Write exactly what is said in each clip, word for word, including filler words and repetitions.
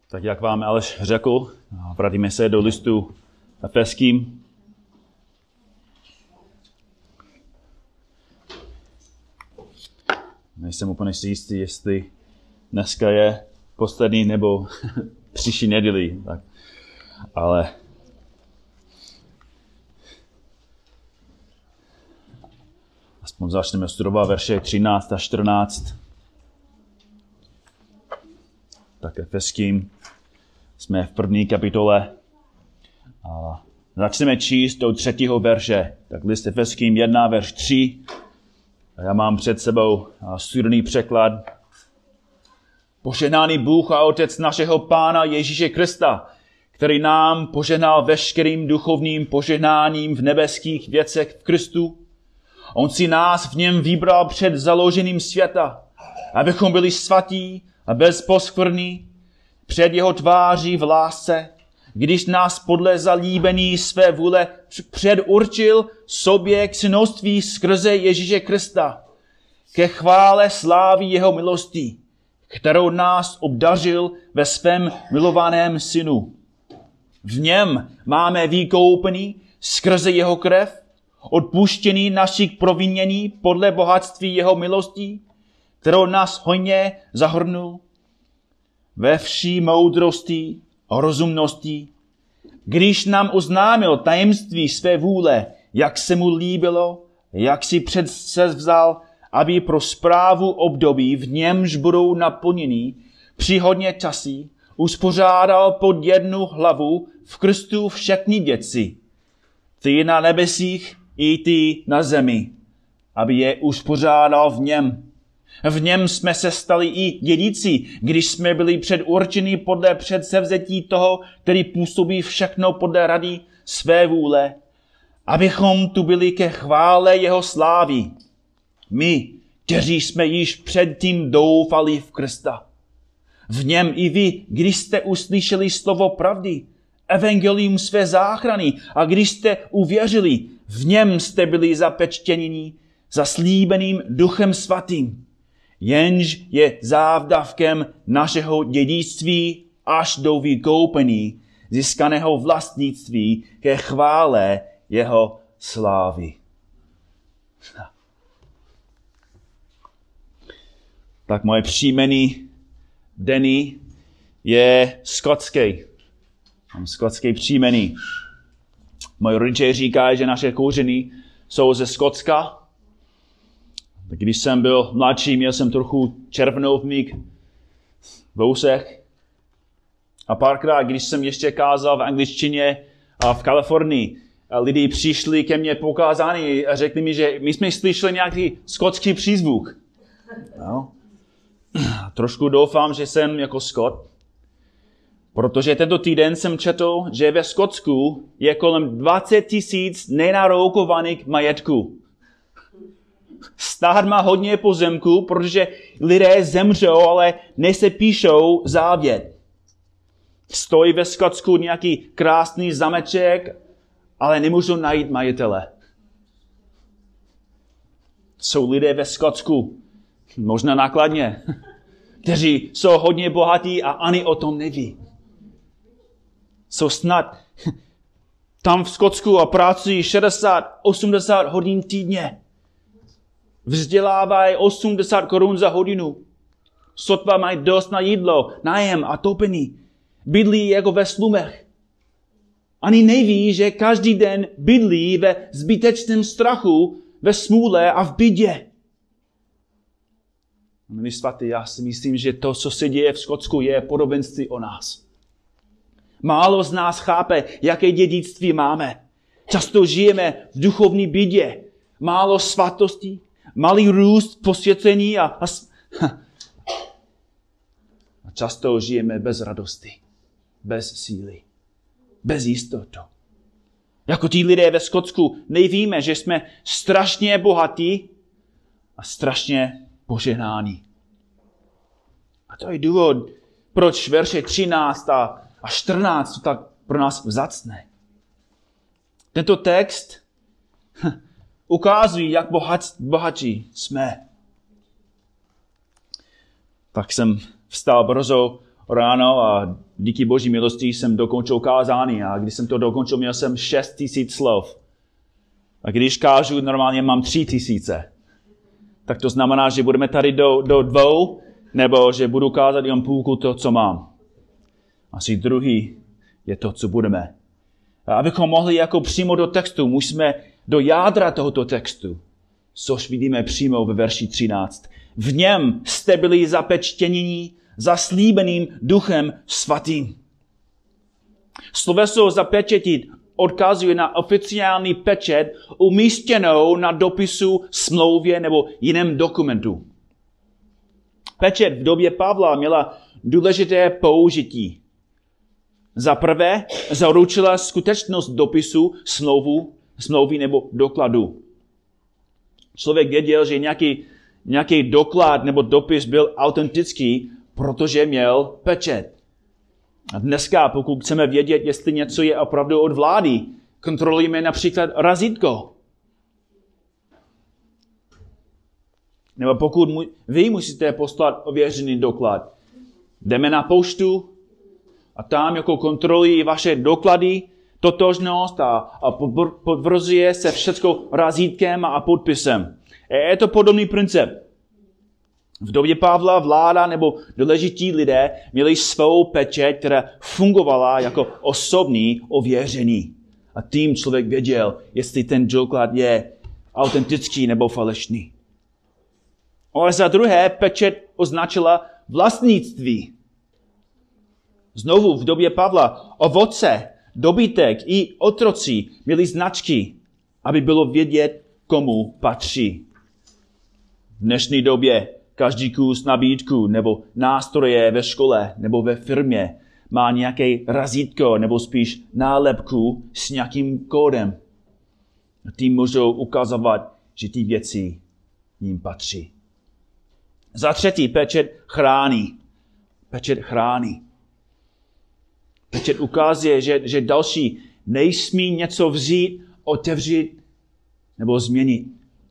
Tak jak vám Aleš řekl, vrátíme se do listu Efeským. Nejsem úplně si jistý, jestli dneska je poslední nebo příští neděli. Tak. Ale aspoň začneme studovat verše třináct a čtrnáct. Tak Efeským. Jsme v první kapitole. A začneme číst do třetího verše. Tak list Efeským jedna, verš tři. A já mám před sebou studený překlad. Požehnaný Bůh a Otec našeho Pána Ježíše Krista, který nám požehnal veškerým duchovním požehnáním v nebeských věcech v Kristu. On si nás v něm vybral před založením světa, abychom byli svatí a bezposkvrnní před jeho tváří v lásce, když nás podle zalíbení své vůle předurčil sobě k synoství skrze Ježíše Krista, ke chvále slávy jeho milosti, kterou nás obdařil ve svém milovaném synu. V něm máme vykoupení skrze jeho krev, odpuštění našich provinění podle bohatství jeho milosti, kterou nás hojně zahrnul ve vší moudrosti a rozumnosti, když nám oznámil tajemství své vůle, jak se mu líbilo, jak si předsevzal, aby pro správu období, v němž budou naplnění příhodně časy, uspořádal pod jednu hlavu v Kristu všechny věci, ty na nebesích i ty na zemi, aby je uspořádal v něm. V něm jsme se stali i dědici, když jsme byli předurčeni podle předsevzetí toho, který působí všechno podle rady své vůle, abychom tu byli ke chvále jeho slávy. My, kteří jsme již předtím doufali v Krista. V něm i vy, když jste uslyšeli slovo pravdy, evangelium své záchrany a když jste uvěřili, v něm jste byli zapečtěni zaslíbeným Duchem Svatým, jenž je závdavkem našeho dědictví až do vykoupení získaného vlastnictví ke chvále jeho slávy. Tak moje příjmení Denny je skotský. Mám skotské příjmení. Moji rodiče říkají, že naše kořeny jsou ze Skotska. Když jsem byl mladší, měl jsem trochu červenou v mých vousech. A párkrát, když jsem ještě kázal v angličtině a v Kalifornii, lidi přišli ke mně pokázaní a řekli mi, že my jsme slyšeli nějaký skotský přízvuk. No. Trošku doufám, že jsem jako Skot, protože tento týden jsem četl, že ve Skotsku je kolem dvacet tisíc nenárokovaných majetků. Stát má hodně pozemků, protože lidé zemřou, ale nesepíšou závět. Stojí ve Skotsku nějaký krásný zameček, ale nemůžou najít majitele. Jsou lidé ve Skotsku, možná nákladně, kteří jsou hodně bohatí a ani o tom neví. Jsou snad tam v Skotsku a pracují šedesát osmdesát hodin týdně. Vzdělávají osmdesát korun za hodinu. Sotva mají dost na jídlo, nájem a topení. Bydlí jako ve slumech. Ani neví, že každý den bydlí ve zbytečném strachu, ve smůle a v bídě. Milí svatý, já si myslím, že to, co se děje v Skotsku, je podobenství o nás. Málo z nás chápe, jaké dědictví máme. Často žijeme v duchovní bídě. Málo svatosti, malý růst posvěcení a, a, a často žijeme bez radosti, bez síly, bez jistoty. Jako ti lidé ve Skotsku nevíme, že jsme strašně bohatí a strašně požehnáni. A to je důvod, proč verše třináct a čtrnáct jsou tak pro nás vzácné. Tento text ukazuje, jak bohatí jsme. Tak jsem vstal brzo ráno a díky Boží milosti jsem dokončil kázání a když jsem to dokončil, měl jsem šest tisíc slov. A když kážu, normálně mám tři tisíce. Tak to znamená, že budeme tady do, do dvou, nebo že budu kázat jen půlku to, co mám. Asi druhý je to, co budeme. A abychom mohli jako přímo do textu, musíme do jádra tohoto textu, což vidíme přímo ve verši třináct. V něm jste byli zapečtění zaslíbeným Duchem Svatým. Sloveso zapečetit odkazuje na oficiální pečet umístěnou na dopisu, smlouvě nebo jiném dokumentu. Pečet v době Pavla měla důležité použití. Za prvé zaručila skutečnost dopisu, smlouvu, smlouvy nebo dokladu. Člověk věděl, že nějaký, nějaký doklad nebo dopis byl autentický, protože měl pečet. A dneska, pokud chceme vědět, jestli něco je opravdu od vlády, kontrolujeme například razítko. Nebo pokud mu, vy musíte poslat ověřený doklad, jdeme na poštu a tam jako kontrolují vaše doklady, totožnost a, a potvrzuje se všechno razítkem a podpisem. Je to podobný princip. V době Pavla vláda nebo důležití lidé měli svou pečeť, která fungovala jako osobní ověření. A tím člověk věděl, jestli ten doklad je autentický nebo falešný. Ale za druhé pečeť označila vlastnictví. Znovu v době Pavla ovoce, dobytek i otroci měli značky, aby bylo vědět, komu patří. V dnešní době každý kus nabídku nebo nástroje ve škole nebo ve firmě má nějaké razítko nebo spíš nálepku s nějakým kódem. A tím můžou ukazovat, že ty věci jim patří. Za třetí, pečet chrání. Pečet chrání. Pečet ukazuje, že, že další nesmí něco vzít, otevřít nebo změnit.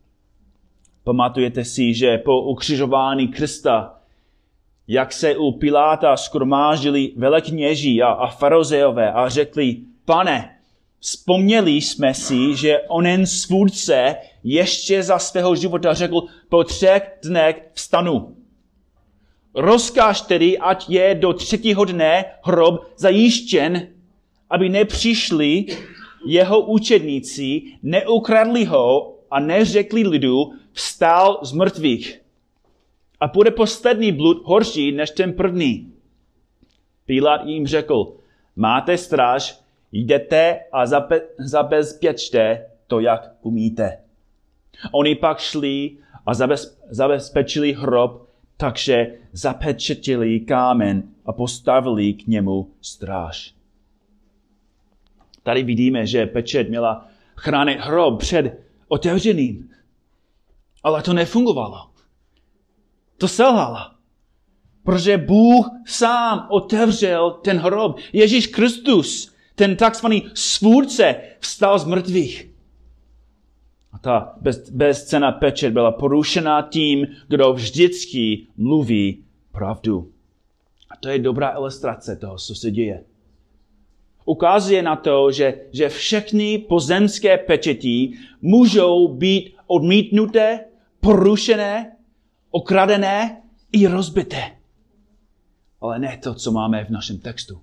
Pamatujete si, že po ukřižování Krista, jak se u Piláta shromáždili velekněží a, a farizeové a řekli, pane, vzpomněli jsme si, že onen svůdce ještě za svého života řekl, po třech dnech vstanu. Rozkáž tedy, ať je do třetího dne hrob zajištěn, aby nepřišli jeho učedníci, neukradli ho a neřekli lidu, vstal z mrtvých. A bude poslední blud horší než ten první. Pilát jim řekl, máte stráž, jděte a zabe- zabezpečte to, jak umíte. Oni pak šli a zabez- zabezpečili hrob, takže zapečetili kámen a postavili k němu stráž. Tady vidíme, že pečet měla chránit hrob před otevřeným. Ale to nefungovalo. To selhalo. Protože Bůh sám otevřel ten hrob. Ježíš Kristus, ten takzvaný svůdce, vstal z mrtvých. A ta bez, bezcenná pečet byla porušena tím, kdo vždycky mluví pravdu. A to je dobrá ilustrace toho, co se děje. Ukazuje na to, že, že všechny pozemské pečeti můžou být odmítnuté, porušené, okradené i rozbité. Ale ne to, co máme v našem textu.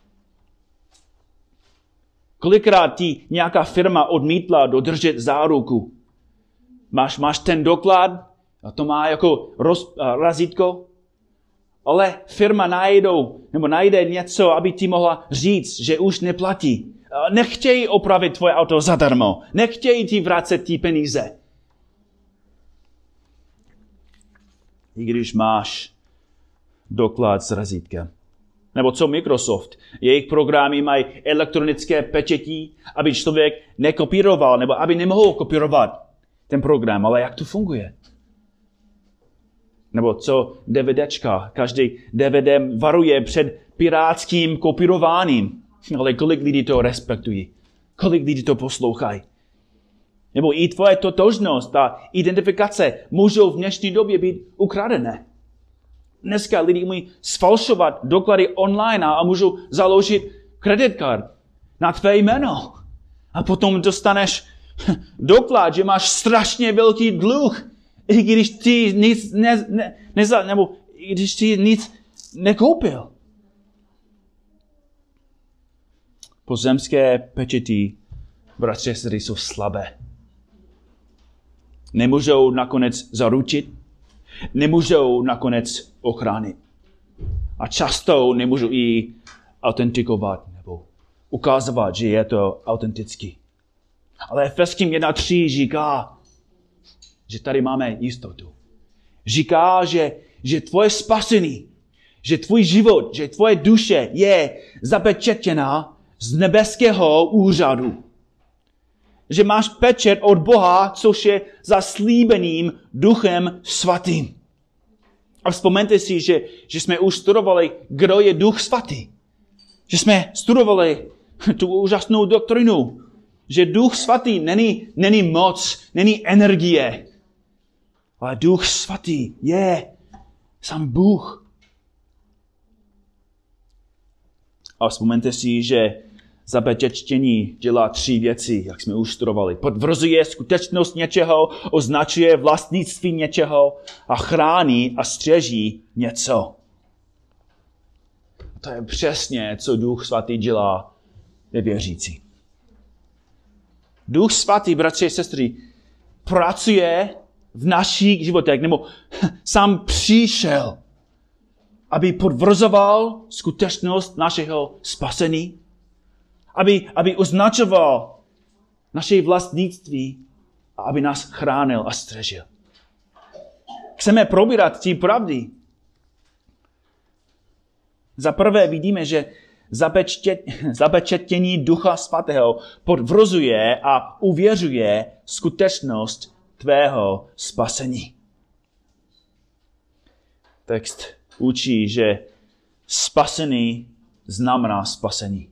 Kolikrát ti nějaká firma odmítla dodržet záruku? Máš, máš ten doklad a to má jako roz, razítko, ale firma najdou, nebo najde něco, aby ti mohla říct, že už neplatí. Nechtějí opravit tvoje auto zadarmo. Nechtějí ti vracet ty peníze. I když máš doklad s razítkem. Nebo co Microsoft? Jejich programy mají elektronické pečetí, aby člověk nekopíroval, nebo aby nemohl kopírovat ten program. Ale jak to funguje? Nebo co DVDčka? Každý D V D varuje před pirátským kopírováním. Ale kolik lidí to respektují? Kolik lidí to poslouchají? Nebo i tvoje totožnost a identifikace můžou v dnešní době být ukradené. Dneska lidi umí sfalšovat doklady online a můžou založit credit card na tvé jméno. A potom dostaneš doklad, že máš strašně velký dluh, i když ty nic ne, ne, neza, nebo i když ty nic nekoupil. Pozemské pečety, bratři a sestry, jsou slabé. Nemůžou nakonec zaručit, nemůžou nakonec ochránit. A často nemůžou i autentikovat nebo ukazovat, že je to autentický. Ale Efeským jedna tři říká, že tady máme jistotu. Říká, že, že tvoje spasení, že tvůj život, že tvoje duše je zapečetěná z nebeského úřadu. Že máš pečet od Boha, což je zaslíbeným Duchem Svatým. A vzpomeňte si, že, že jsme už studovali, kdo je Duch Svatý. Že jsme studovali tu úžasnou doktrinu, že Duch Svatý není, není moc, není energie, ale Duch Svatý je sám Bůh. A vzpomeňte si, že zabezpečení dělá tři věci, jak jsme už studovali. Potvrzuje skutečnost něčeho, označuje vlastnictví něčeho a chrání a střeží něco. A to je přesně, co Duch Svatý dělá ve věřící. Duch Svatý, bratři a sestry, pracuje v našich životech, nebo sám přišel, aby potvrzoval skutečnost našeho spasení, aby, aby označoval naše vlastnictví a aby nás chránil a střežil. Chceme probírat ty pravdy. Za prvé vidíme, že zapečetění Ducha Svatého potvrzuje a uvěřuje skutečnost tvého spasení. Text učí, že spasení znamená spasení.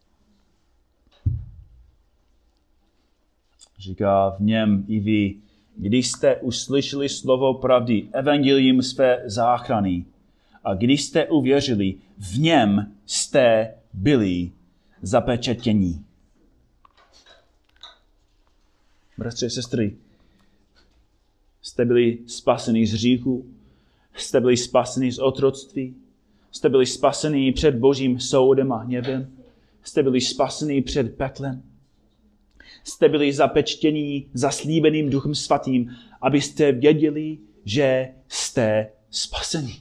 Říká v něm i vy, když jste uslyšeli slovo pravdy, evangelium své záchrany, a když jste uvěřili, v něm jste byli zapečetění. Bratři a sestry, jste byli spaseni z hříchu, jste byli spaseni z otroctví, jste byli spaseni před Božím soudem a hněvem, jste byli spaseni před peklem, jste byli zapečtění zaslíbeným Duchem Svatým, abyste věděli, že jste spaseni.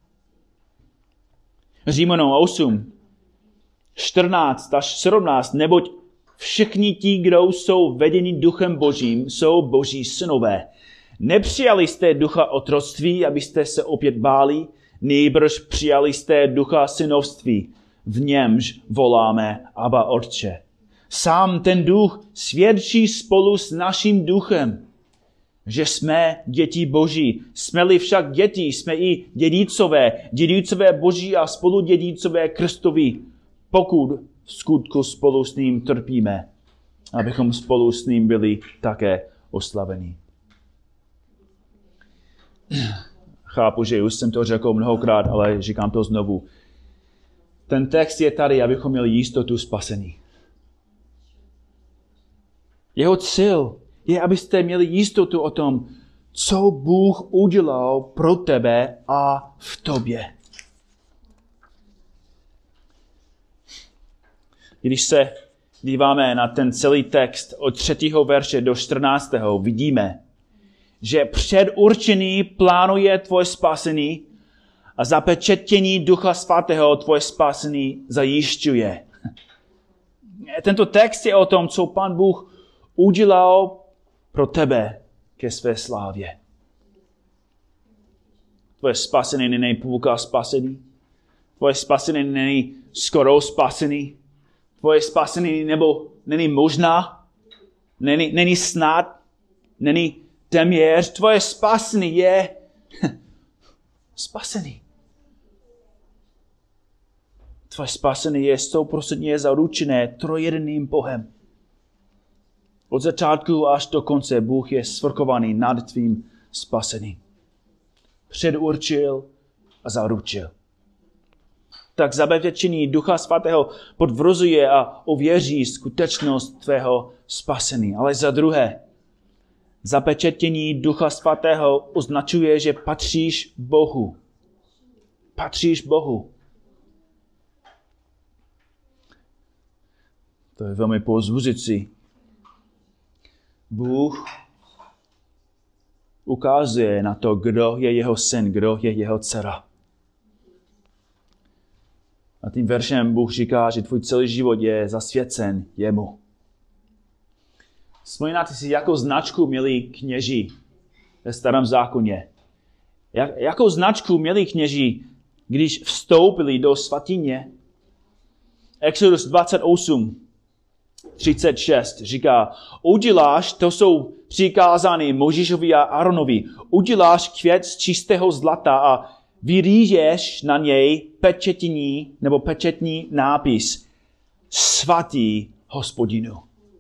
Římanům osm, čtrnáct až sedmnáct, neboť všichni ti, kdo jsou vedeni Duchem Božím, jsou Boží synové. Nepřijali jste ducha otroctví, abyste se opět báli, nýbrž přijali jste ducha synovství, v němž voláme Abba Otče. Sám ten duch svědčí spolu s naším duchem, že jsme děti Boží. Jsme-li však děti, jsme i dědícové, dědícové Boží a spoludědícové Kristovi, pokud v skutku spolu s ním trpíme, abychom spolu s ním byli také oslaveni. Chápu, že už jsem to řekl mnohokrát, ale říkám to znovu. Ten text je tady, abychom měli jistotu spasení. Jeho cíl je, abyste měli jistotu o tom, co Bůh udělal pro tebe a v tobě. Když se díváme na ten celý text od třetího verše do čtrnáctého, vidíme, že předurčený plánuje tvoje spasení a zapečetění Ducha Svatého tvoje spasení zajišťuje. Tento text je o tom, co Pán Bůh udělal pro tebe ke své slávě. Tvoje spasení není půlka spasení. Tvoje spasení není skoro spasení. Tvoje spasení nebo není možná. Není, není snad. Není téměř. Tvoje spasení je spasení. Tvoje spasení je stoprocentně zaručené trojediným Bohem. Od začátku až do konce Bůh je svrchovaný nad tvým spasením. Předurčil, a zaručil. Tak zabezpečení Ducha Svatého potvrzuje a ověří skutečnost tvého spasení. Ale za druhé, zabezpečení Ducha Svatého označuje, že patříš Bohu. Patříš Bohu. To je velmi povzbuzující. Bůh ukazuje na to, kdo je jeho syn, kdo je jeho dcera. A tím veršem Bůh říká, že tvůj celý život je zasvěcen jemu. Vzpomínáte si, jakou značku měli kněží ve Starém zákoně? Jak, jakou značku měli kněží, když vstoupili do svatyně? Exodus dvacet osm, třicet šest říká, uděláš, to jsou přikázány Mojžíšovi a Aaronovi, uděláš květ z čistého zlata a vyrýžeš na něj pečetní nebo pečetní nápis Svatý Hospodinu.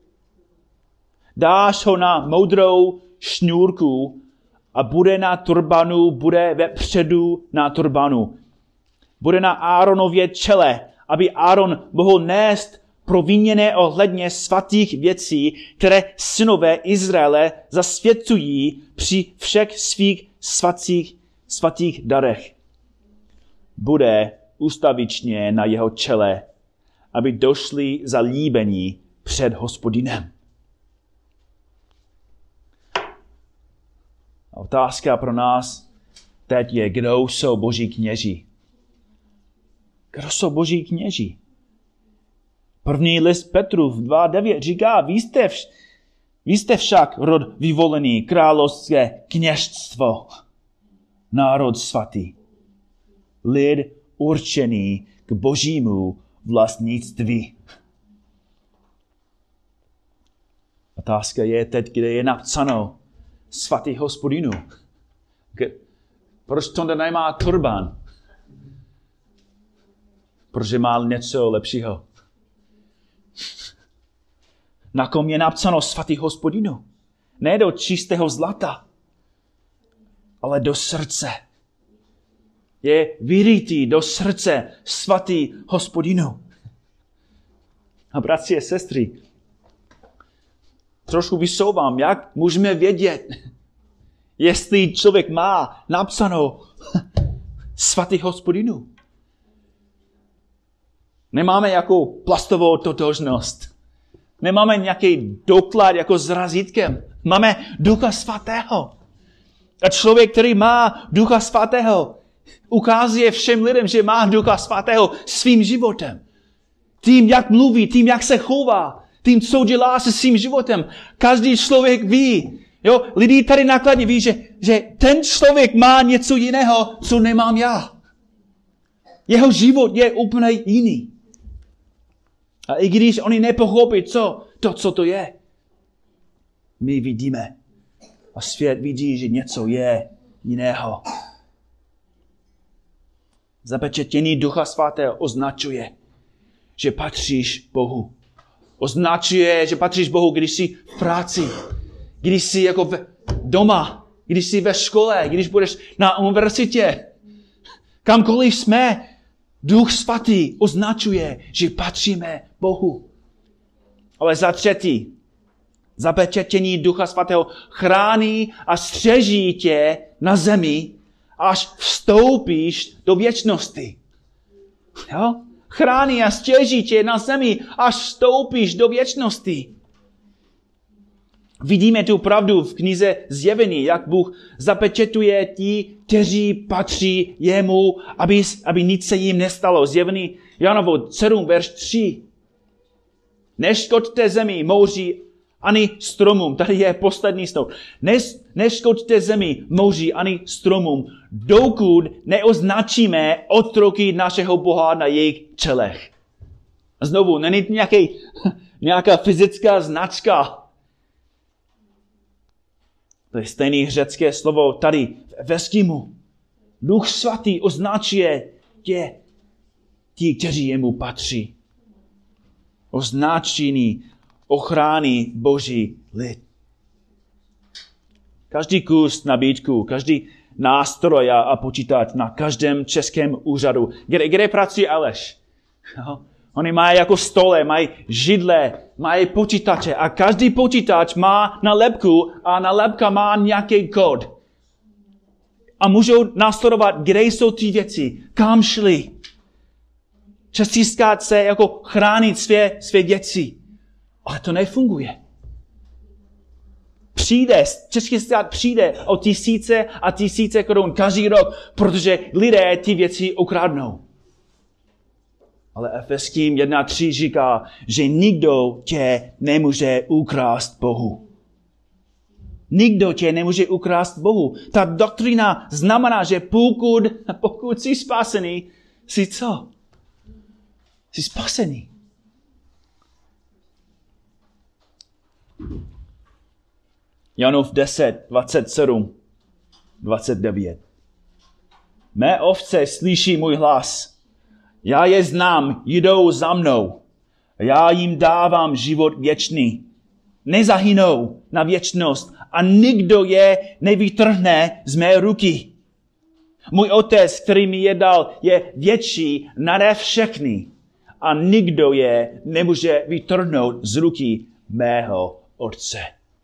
Dáš ho na modrou šňůrku a bude na turbanu, bude vepředu na turbanu. Bude na Aaronově čele, aby Aaron mohl nést proviněné ohledně svatých věcí, které synové Izraele zasvěcují při všech svých svatých, svatých darech. Bude ustavičně na jeho čele, aby došli zalíbení před Hospodinem. A otázka pro nás teď je, kdo jsou boží kněží? Kdo jsou boží kněží? První list Petrův dva devět říká, vy jste, vš- vy jste však rod vyvolený, královské kněžstvo, národ svatý, lid určený k božímu vlastnictví. Otázka je teď, kde je napsáno Svatý Hospodinu. Proč to nemá turban? Protože má něco lepšího. Na kom je napsáno Svatý Hospodinu? Ne do čistého zlata, ale do srdce. Je vyrytý do srdce Svatý Hospodinu. A bratři a sestry, trošku vysouvám, jak můžeme vědět, jestli člověk má napsáno Svatý Hospodinu. Nemáme jako plastovou totožnost. Nemáme nějaký doklad jako s razítkem. Máme Ducha Svatého. A člověk, který má Ducha Svatého, ukazuje všem lidem, že má Ducha Svatého svým životem. Tím, jak mluví, tím, jak se chová, tím, co dělá se svým životem. Každý člověk ví, jo, lidi tady nakladně ví, že, že ten člověk má něco jiného, co nemám já. Jeho život je úplně jiný. A i když oni nepochopí, co, to, co to je, my vidíme. A svět vidí, že něco je jiného. Zapečetění Ducha Svatého označuje, že patříš Bohu. Označuje, že patříš Bohu, když jsi v práci, když jsi jako doma, když jsi ve škole, když budeš na univerzitě. Kamkoliv jsme, Duch Svatý označuje, že patříme Bohu. Ale za třetí, zapečetění Ducha Svatého chrání a střeží tě na zemi, až vstoupíš do věčnosti. Jo? Chrání a střeží tě na zemi, až vstoupíš do věčnosti. Vidíme tu pravdu v knize Zjevení, jak Bůh zapečetuje ti, kteří patří jemu, aby, aby nic se jim nestalo. Zjevení Janovo sedm, verš tři. Neškoďte zemi, moři, ani stromům. Tady je poslední stoup. Neškoďte zemi, moři, ani stromům, dokud neoznačíme otroky našeho Boha na jejich čelech. Znovu, není nějaký, nějaká fyzická značka. To je stejné řecké slovo tady ve Skimu. Duch Svatý označuje tě, ti, kteří jemu patří. Označení ochrání Boží lid. Každý kus nabídku, každý nástroj a, a počítač na každém českém úřadu. Kde, kde pracuje Aleš? No, oni mají jako stole, mají židle, mají počítače a každý počítač má nálepku a nálepka má nějaký kód. A můžou následovat, kde jsou ty věci, kam šli. Častískat se jako chránit své, své děti. Ale to nefunguje. Přijde, český stát přijde o tisíce a tisíce korun každý rok, protože lidé ty věci ukradnou. Ale Efeským jedna tři říká, že nikdo tě nemůže ukrást Bohu. Nikdo tě nemůže ukrást Bohu. Ta doktrina znamená, že pokud, pokud jsi spasený, jsi co? Jsi spasený. Janův deset, dvacet sedm, dvacet devět. Mé ovce slyší můj hlas. Já je znám, jdou za mnou. Já jim dávám život věčný. Nezahynou na věčnost a nikdo je nevytrhne z mé ruky. Můj otec, který mi je dal, je větší nade všechny a nikdo je nemůže vytrhnout z ruky mého otce.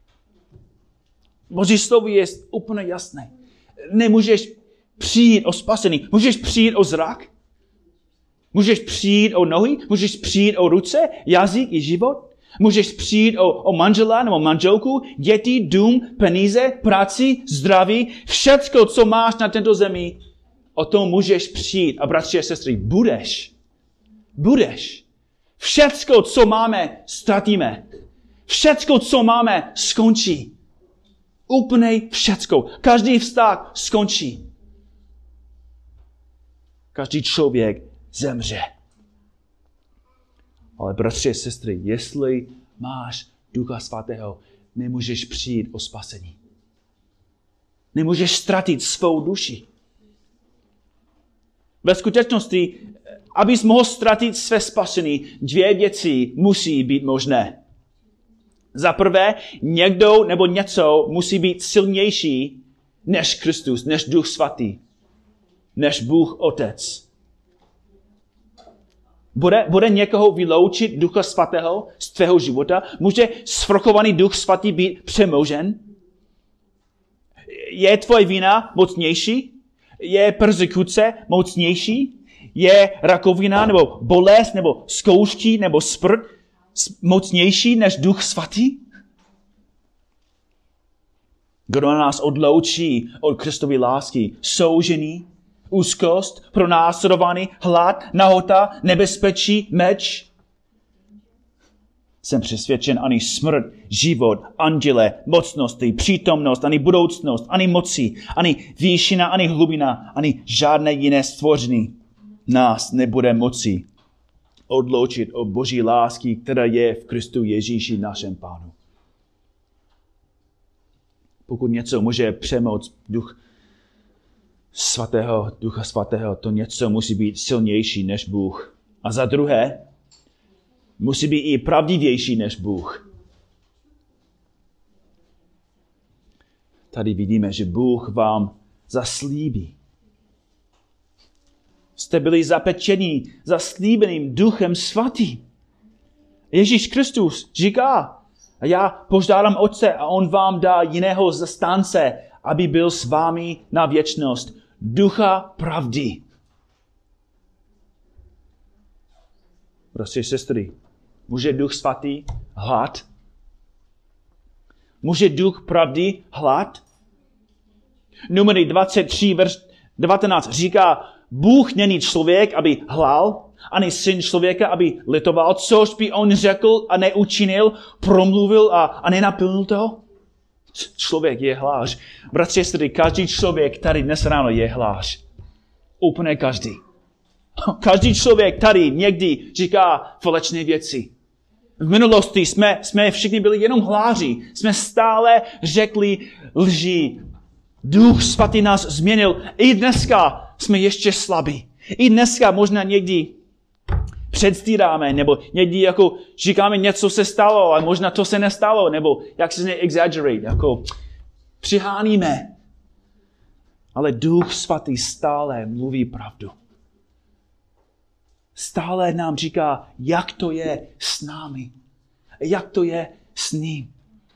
Boží slovo je úplně jasné. Nemůžeš přijít o spasení. Můžeš přijít o zrak. Můžeš přijít o nohy. Můžeš přijít o ruce, jazyk i život. Můžeš přijít o, o manžela nebo manželku, děti, dům, peníze, práci, zdraví. Všecko, co máš na této zemi, o tom můžeš přijít. A bratři a sestry, budeš. Budeš. Všecko, co máme, ztratíme. Všecko, co máme, skončí. Úplně všecko. Každý vztah skončí. Každý člověk zemře. Ale bratři a sestry, jestli máš Ducha Svatého, nemůžeš přijít o spasení. Nemůžeš ztratit svou duši. Ve skutečnosti, abys mohl ztratit své spasení, dvě věci musí být možné. Za prvé, někdo nebo něco musí být silnější než Kristus, než Duch Svatý, než Bůh Otec. Bude, bude někoho vyloučit Ducha Svatého z tvého života? Může svrchovaný Duch Svatý být přemožen? Je tvoje vina mocnější? Je persekuce mocnější? Je rakovina nebo bolest nebo zkoušky nebo smrt mocnější než Duch Svatý? Kdo nás odloučí od Kristovy lásky? Soužení, úzkost, pronásledovaný, hlad, nahota, nebezpečí, meč. Jsem přesvědčen, ani smrt, život, anděle, mocnosti, přítomnost, ani budoucnost, ani moci, ani výšina, ani hlubina, ani žádné jiné stvoření nás nebude moci odloučit od Boží lásky, která je v Kristu Ježíši našem Pánu. Pokud něco může přemoct duch svatého, Ducha Svatého, to něco musí být silnější než Bůh. A za druhé, musí být i pravdivější než Bůh. Tady vidíme, že Bůh vám zaslíbí. Jste byli zapečeni zaslíbeným Duchem Svatým. Ježíš Kristus říká, a já požádám Otce a on vám dá jiného zastánce, aby byl s vámi na věčnost. Ducha pravdy. Bratři a sestry, může Duch Svatý hlad? Může Duch pravdy hlad? Numery dvacet tři, verš devatenáct říká, Bůh není člověk, aby hlal, ani syn člověka, aby litoval, což by on řekl a neučinil, promluvil a, a nenaplnil to. Člověk je hlář. Bratři a sestry, každý člověk tady dnes ráno je hlář. Úplně každý. Každý člověk tady někdy říká falešné věci. V minulosti jsme, jsme všichni byli jenom hláři. Jsme stále řekli lži. Duch Svatý nás změnil. I dneska jsme ještě slabí. I dneska možná někdy předstíráme, nebo někdy jako říkáme něco se stalo, ale možná to se nestalo, nebo jak se ne exaggerate, jako přiháníme. Ale Duch Svatý stále mluví pravdu. Stále nám říká, jak to je s námi. Jak to je s ním.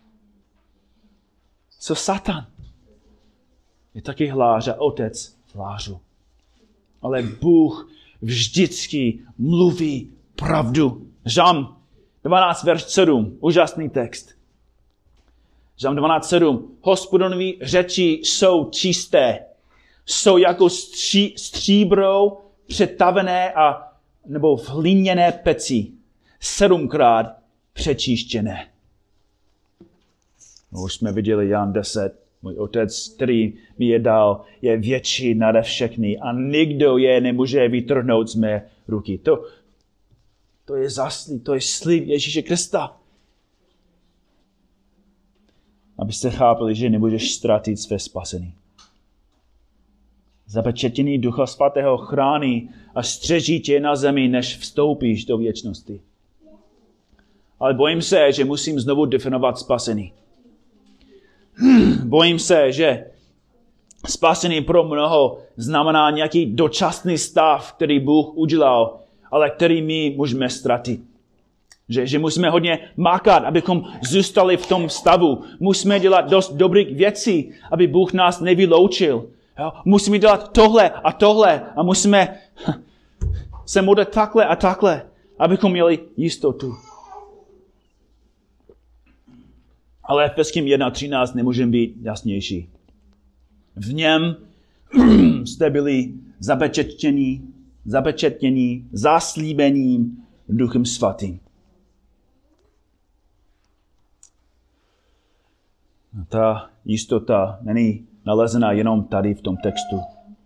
Co Satan je taky hlář a otec hlářů. Ale Bůh vždycky mluví pravdu. Žalm dvanáct, verš sedm. Úžasný text. Žalm dvanáct sedm. Hospodinovi řeči jsou čisté. Jsou jako stří, stříbro přetavené a nebo v hliněné peci. Sedmkrát přečištěné. No, už jsme viděli Jan deset. Můj otec, který mi je dal, je větší nade všechny a nikdo je nemůže vytrhnout z mé ruky. To, to je zaslí, to je slib Ježíše Krista. Abyste chápali, že nemůžeš ztratit své spasení. Zapečetění Ducha Svatého chrání a střeží tě na zemi, než vstoupíš do věčnosti. Ale bojím se, že musím znovu definovat spasení. Bojím se, že spasení pro mnoho znamená nějaký dočasný stav, který Bůh udělal, ale který my můžeme ztratit. Že, že musíme hodně mákat, abychom zůstali v tom stavu. Musíme dělat dost dobrých věcí, aby Bůh nás nevyloučil. Jo? Musíme dělat tohle a tohle a musíme se modlit takhle a takhle, abychom měli jistotu. Ale Efeským jedna třináct nemůžeme být jasnější. V něm jste byli zapečetěni, zapečetěni zaslíbením Duchem Svatým. Ta jistota není nalezená jenom tady v tom textu.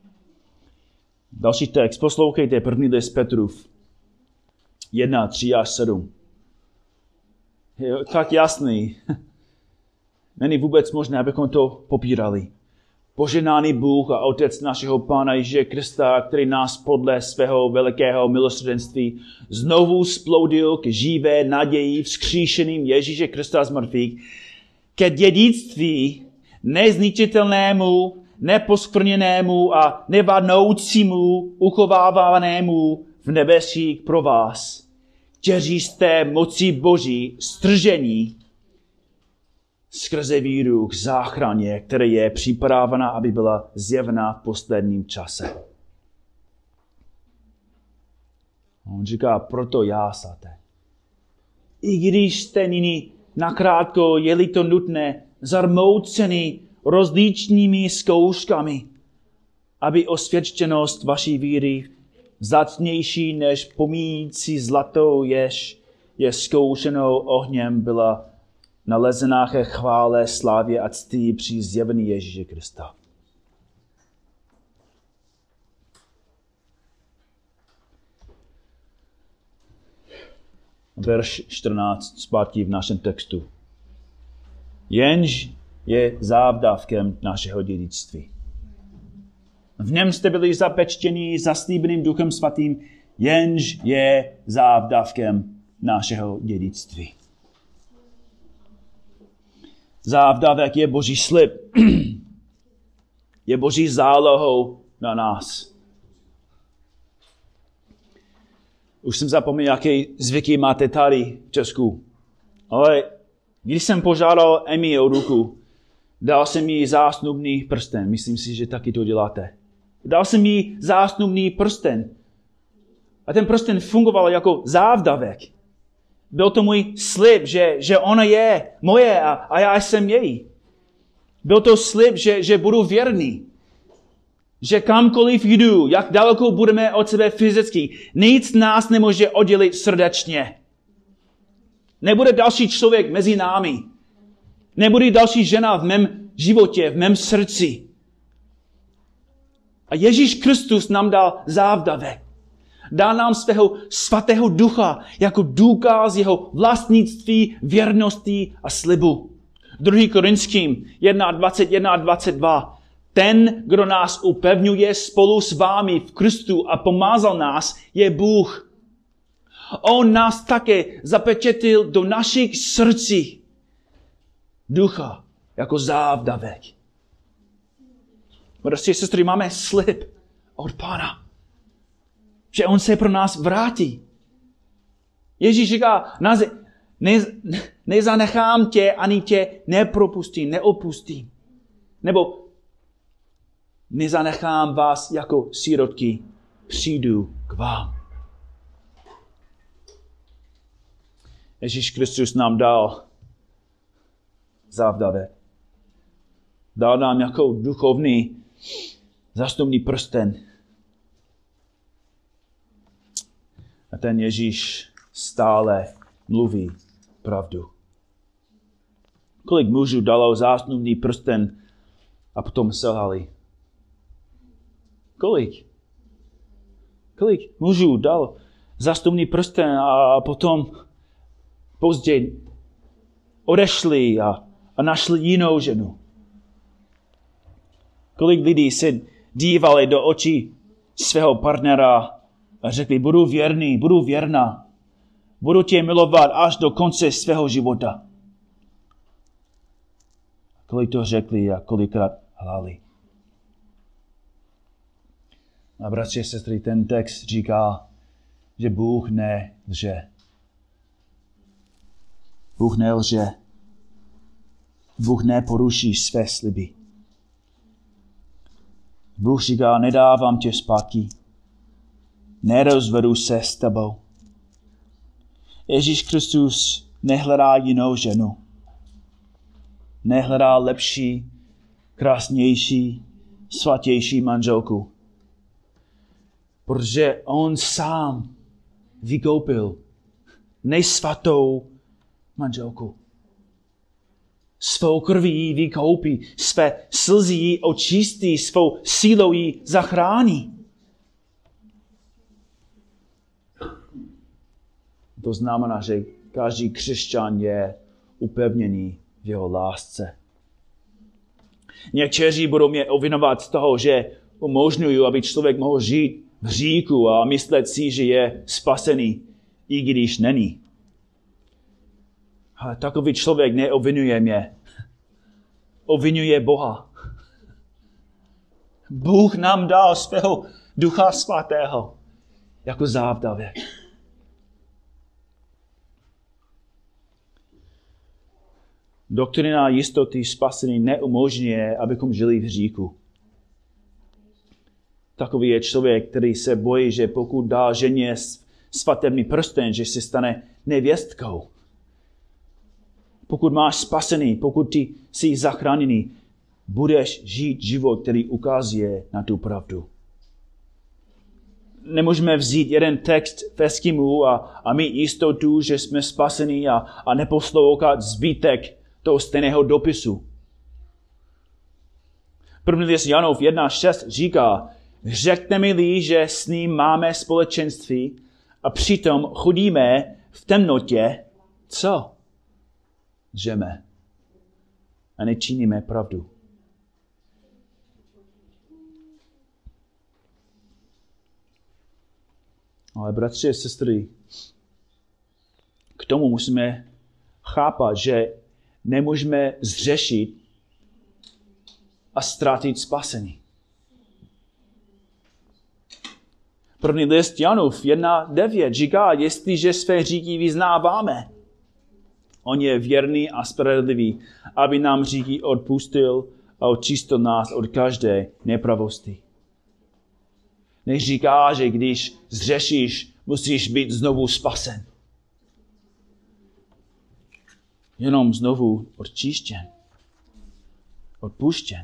Další text, poslouchejte první list Petrův jedna, tři až sedm. Je tak jasný. Není vůbec možné, abychom to popírali. Poženáný Bůh a Otec našeho Pána Ježíše Krista, který nás podle svého velikého milosrdenství znovu sploudil k živé naději vzkříšeným Ježíše Krista z mrtvých, ke dědictví nezničitelnému, neposkvrněnému a nevadnoucímu, uchovávanému v nebesích pro vás, kteří jste moci Boží stržení skrze víru k záchraně, která je připravena, aby byla zjevena v posledním čase. On říká, proto jásáte. I když jste nyní nakrátko, je-li to nutné, zarmouceni rozličnými zkouškami, aby osvědčenost vaší víry vzácnější než pomíjící zlatou, jež je zkoušenou ohněm, byla nalezená ke chvále, slávě a cti při zjevení Ježíše Krista. Verš čtrnáct, zpátky v našem textu. Jenž je závdavkem našeho dědictví. V něm jste byli zapečtěni zaslíbeným Duchem Svatým, jenž je závdavkem našeho dědictví. Závdavek je Boží slib. Je Boží zálohou na nás. Už jsem zapomněl, jaké zvyky máte tady v Česku. Ale když jsem požádal Emi o ruku, dal jsem jí zásnubný prsten. Myslím si, že taky to děláte. Dal jsem jí zásnubný prsten. A ten prsten fungoval jako závdavek. Byl to můj slib, že, že ona je moje a, a já jsem její. Byl to slib, že, že budu věrný. Že kamkoliv jdu, jak daleko budeme od sebe fyzicky, nic nás nemůže oddělit srdečně. Nebude další člověk mezi námi. Nebude další žena v mém životě, v mém srdci. A Ježíš Kristus nám dal závdavek. Dal nám svého svatého ducha jako důkaz jeho vlastnictví, věrnosti a slibu. druhý Korinským jedna dvacet jedna a dvacet dva. Ten, kdo nás upevňuje spolu s vámi v Kristu a pomázal nás, je Bůh. On nás také zapečetil do našich srdcí ducha jako závdavek. Bratři a sestry, máme slib od Pána, že on se pro nás vrátí. Ježíš říká, ne, nezanechám tě, ani tě nepropustím, neopustím. Nebo nezanechám vás jako sirotky, přijdu k vám. Ježíš Kristus nám dal závdavek. Dal nám jako duchovní zastupný prsten. A ten Ježíš stále mluví pravdu. Kolik mužů dalo zásnubný prsten a potom selhali? Kolik? Kolik mužů dal zásnubný prsten a potom později odešli a, a našli jinou ženu? Kolik lidí se dívali do očí svého partnera a řekli, budu věrný, budu věrná, budu tě milovat až do konce svého života. Kolik to řekli a kolikrát hlali. A bratři a sestry, ten text říká, že Bůh nelže. Bůh nelže. Bůh neporuší své sliby. Bůh říká, nedávám tě zpátky. Nerozvedu se s tebou. Ježíš Kristus nehledá jinou ženu. Nehledá lepší, krásnější, svatější manželku. Protože on sám vykoupil nejsvatou manželku. Svou krví vykoupí, své slzy ji očistí, svou sílou ji zachrání. To znamená, že každý křesťan je upevněný v jeho lásce. Někteří budou mě obvinovat z toho, že umožňují, aby člověk mohl žít v hříchu a myslet si, že je spasený, i když není. Ale takový člověk neobvinuje mě. Obvinuje Boha. Bůh nám dal svého Ducha Svatého jako závdavek. Doktrina jistoty spasení neumožňuje, abychom žili v hříchu. Takový je člověk, který se bojí, že pokud dá ženě svatební prsten, že se stane nevěstkou. Pokud máš spasený, pokud ty jsi zachráněný, budeš žít život, který ukazuje na tu pravdu. Nemůžeme vzít jeden text v Eskimu a, a mít jistotu, že jsme spasení a, a neposlouchat zbytek toho stejného dopisu. První list Janův jedna šest říká, řekne mi-li, že s ním máme společenství a přitom chodíme v temnotě, co? Lžeme a nečiníme pravdu. Ale bratři a sestry, k tomu musíme chápat, že nemůžeme zřešit a ztratit spasení. První list Janův jedna devět říká, jestliže své hříchy vyznáváme, on je věrný a spravedlivý, aby nám hříchy odpustil a očistil nás od každé nepravosti. Neříká, že když zřešíš, musíš být znovu spasen. Jenom znovu odčištěn. Odpuštěn.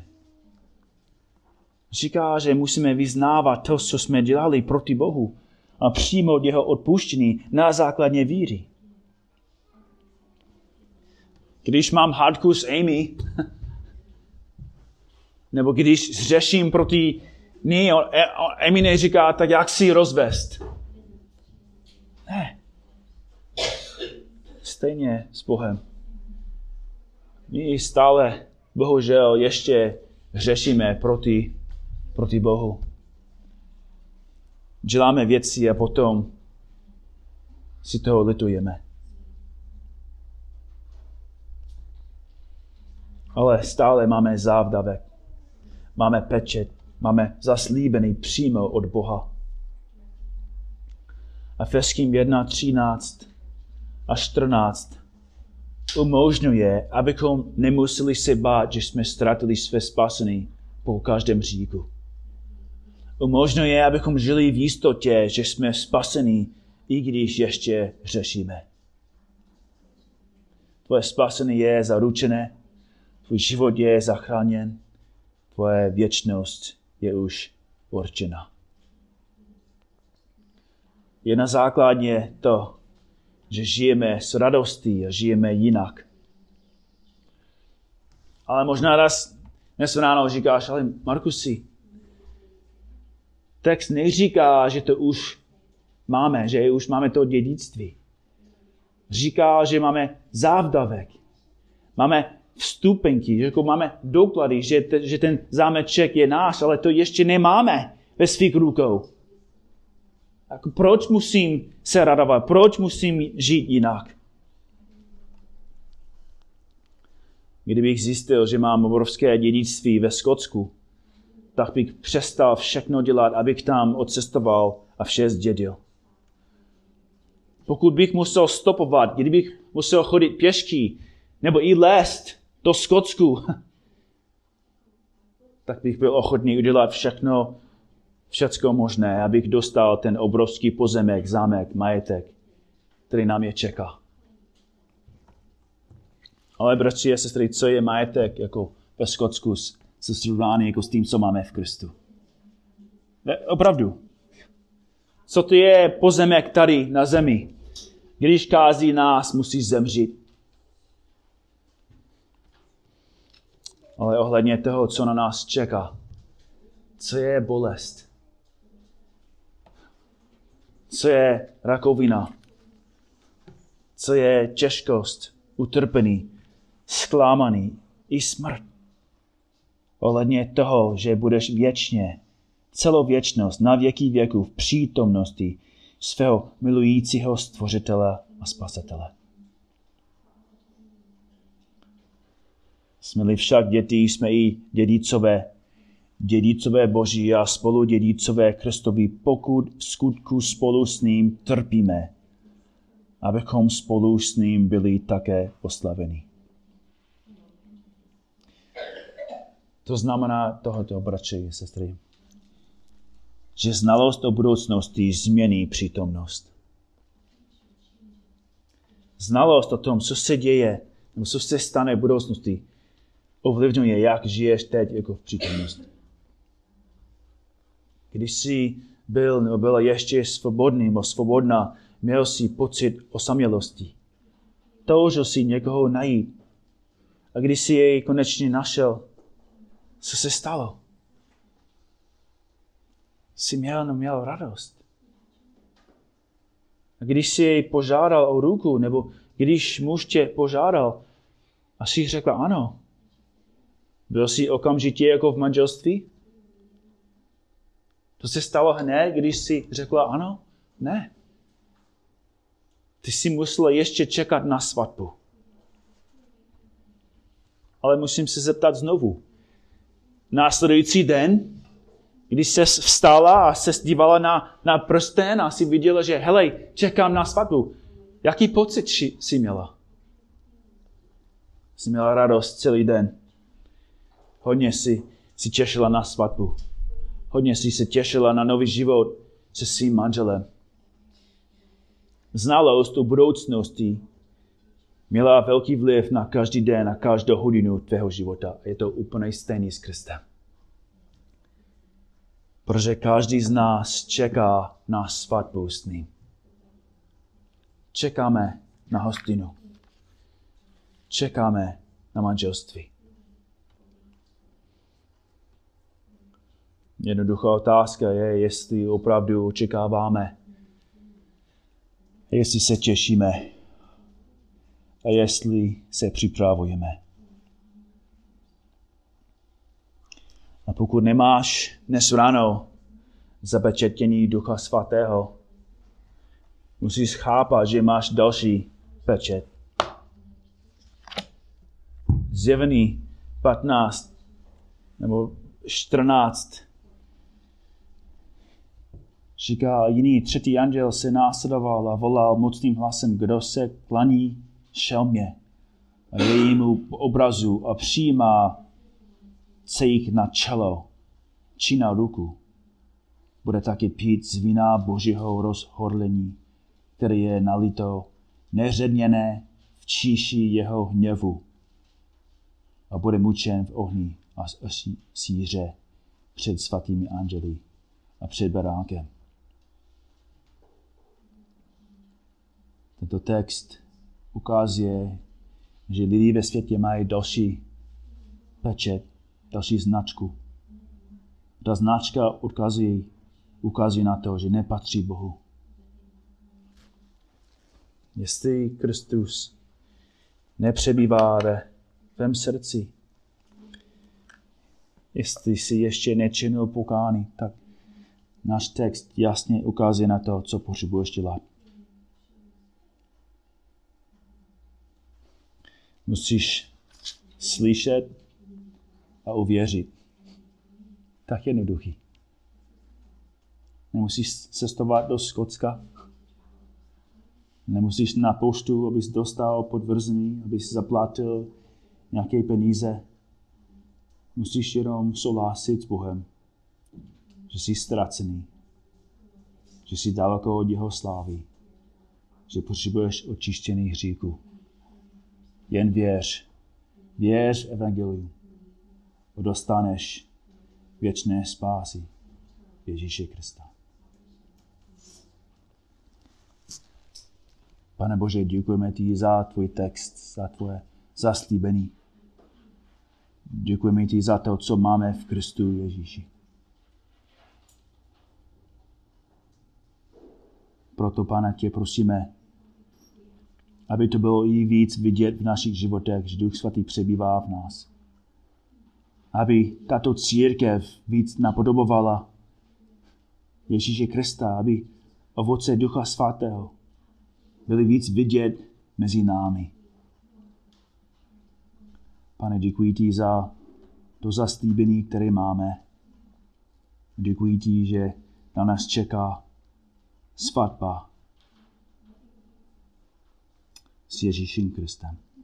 Říká, že musíme vyznávat to, co jsme dělali proti Bohu a přijmout jeho odpuštění na základě víry. Když mám hádku s Amy, nebo když zřeším proti ní, Amy neříká, tak jak si rozvést. Ne. Stejně s Bohem. My stále, bohužel, ještě řešíme proti, proti Bohu. Děláme věci a potom si toho litujeme. Ale stále máme závdavek. máme pečet, máme zaslíbený přímo od Boha. A Efeským jedna, třináct a čtrnáct umožňuje, abychom nemuseli se bát, že jsme ztratili své spasení po každém hříchu. Umožňuje, abychom žili v jistotě, že jsme spasení, i když ještě hřešíme. Tvoje spasení je zaručené, tvůj život je zachráněn, tvoje věčnost je už určena. Je na základě to, že žijeme s radostí a žijeme jinak. Ale možná raz dnes ráno říkáš, ale Markusi, text neříká, že to už máme, že už máme to dědictví. Říká, že máme závdavek, máme vstupenky, že jako máme doklady, že, te, že ten zámeček je náš, ale to ještě nemáme ve svých rukou. Tak proč musím se radovat? Proč musím žít jinak? Kdybych zjistil, že mám obrovské dědictví ve Skotsku, tak bych přestal všechno dělat, abych tam odcestoval a vše zdědil. Pokud bych musel stopovat, kdybych musel chodit pěšky, nebo i lézt do Skotsku, tak bych byl ochotný udělat všechno, všecko možné, abych dostal ten obrovský pozemek, zámek, majetek, který nám je čeká. Ale bratři a sestry, co je majetek jako ve Skotsku se srovnání jako s tím, co máme v Kristu? Ne, opravdu. Co to je pozemek tady na zemi? Když kází nás, musí zemřít. Ale ohledně toho, co na nás čeká, co je bolest? Co je rakovina? Co je těžkost, utrpení, zklamaný i smrt? Ohledně toho, že budeš věčně, celou věčnost, na věky věků v přítomnosti svého milujícího stvořitele a spasitele. Jsme-li však děti, jsme i dědicové, dědicové Boží a spolu dědicové Kristovi, pokud v skutku spolu s ním trpíme, abychom spolu s ním byli také oslaveni. To znamená tohoto, bratři a sestry, že znalost o budoucnosti změní přítomnost. Znalost o tom, co se děje, nebo co se stane v budoucnosti, ovlivňuje, jak žiješ teď jako v přítomnosti. Když jsi byl nebo byla ještě svobodný nebo svobodná, měl jsi pocit osamělosti. Toužil jsi někoho najít. A když jsi jej konečně našel, co se stalo? Jsi měl, měl radost. A když jsi jej požádal o ruku, nebo když muž tě požádal a jsi řekla ano, byl jsi okamžitě jako v manželství? To se stalo hned, když jsi řekla ano? Ne. Ty jsi musela ještě čekat na svatbu. Ale musím se zeptat znovu. Následující den, když jsi vstala a se dívala na, na prsten a si viděla, že helej, čekám na svatbu. Jaký pocit jsi měla? Jsi měla radost celý den. Hodně si, si těšila na svatbu. Hodně si se těšila na nový život se svým manželem. Znalost o budoucnosti měla velký vliv na každý den a každou hodinu tvého života. A je to úplně stejný s Kristem. Protože každý z nás čeká na svatbu s ním. Čekáme na hostinu. Čekáme na manželství. Jednoduchá otázka je, jestli opravdu očekáváme, jestli se těšíme a jestli se připravujeme. A pokud nemáš dnes ráno zapečetění Ducha Svatého, musíš chápat, že máš další pečet. Zjevení patnáct, nebo čtrnáct. Říká, jiný třetí anděl se následoval a volal mocným hlasem, kdo se klaní šelmě a jejímu obrazu a přijímá cejch na čelo či na ruku. Bude taky pít z vína Božího rozhorlení, které je nalito neředněné v číši jeho hněvu a bude mučen v ohni a síře před svatými anděli a před beránkem. Tento text ukazuje, že lidi ve světě mají další pečet, další značku. Ta značka ukazuje, ukazuje na to, že nepatří Bohu. Jestli Kristus nepřebývá ve tvém srdci, jestli si ještě nečinil pokání, tak náš text jasně ukazuje na to, co potřebuješ dělat. Musíš slyšet a uvěřit. Tak jednoduchý. Nemusíš cestovat do Skotska. Nemusíš na poštu, abys dostal potvrzení, abys zaplatil nějaké peníze. Musíš jenom souhlasit s Bohem, že jsi ztracený, že jsi daleko od jeho slávy, že potřebuješ očištěný hříchu. Jen věř, věř evangeliu a dostaneš věčné spásy Ježíše Krista. Pane Bože, děkujeme ti za tvůj text, za tvoje zaslíbení. Děkujeme ti za to, co máme v Kristu Ježíši. Proto, Pane, tě prosíme, aby to bylo i víc vidět v našich životech, že Duch Svatý přebývá v nás. Aby tato církev víc napodobovala Ježíše Krista, aby ovoce Ducha Svatého byly víc vidět mezi námi. Pane, děkuji ti za to zaslíbení, které máme. Děkuji ti, že na nás čeká svatba s Ježíšem Kristem.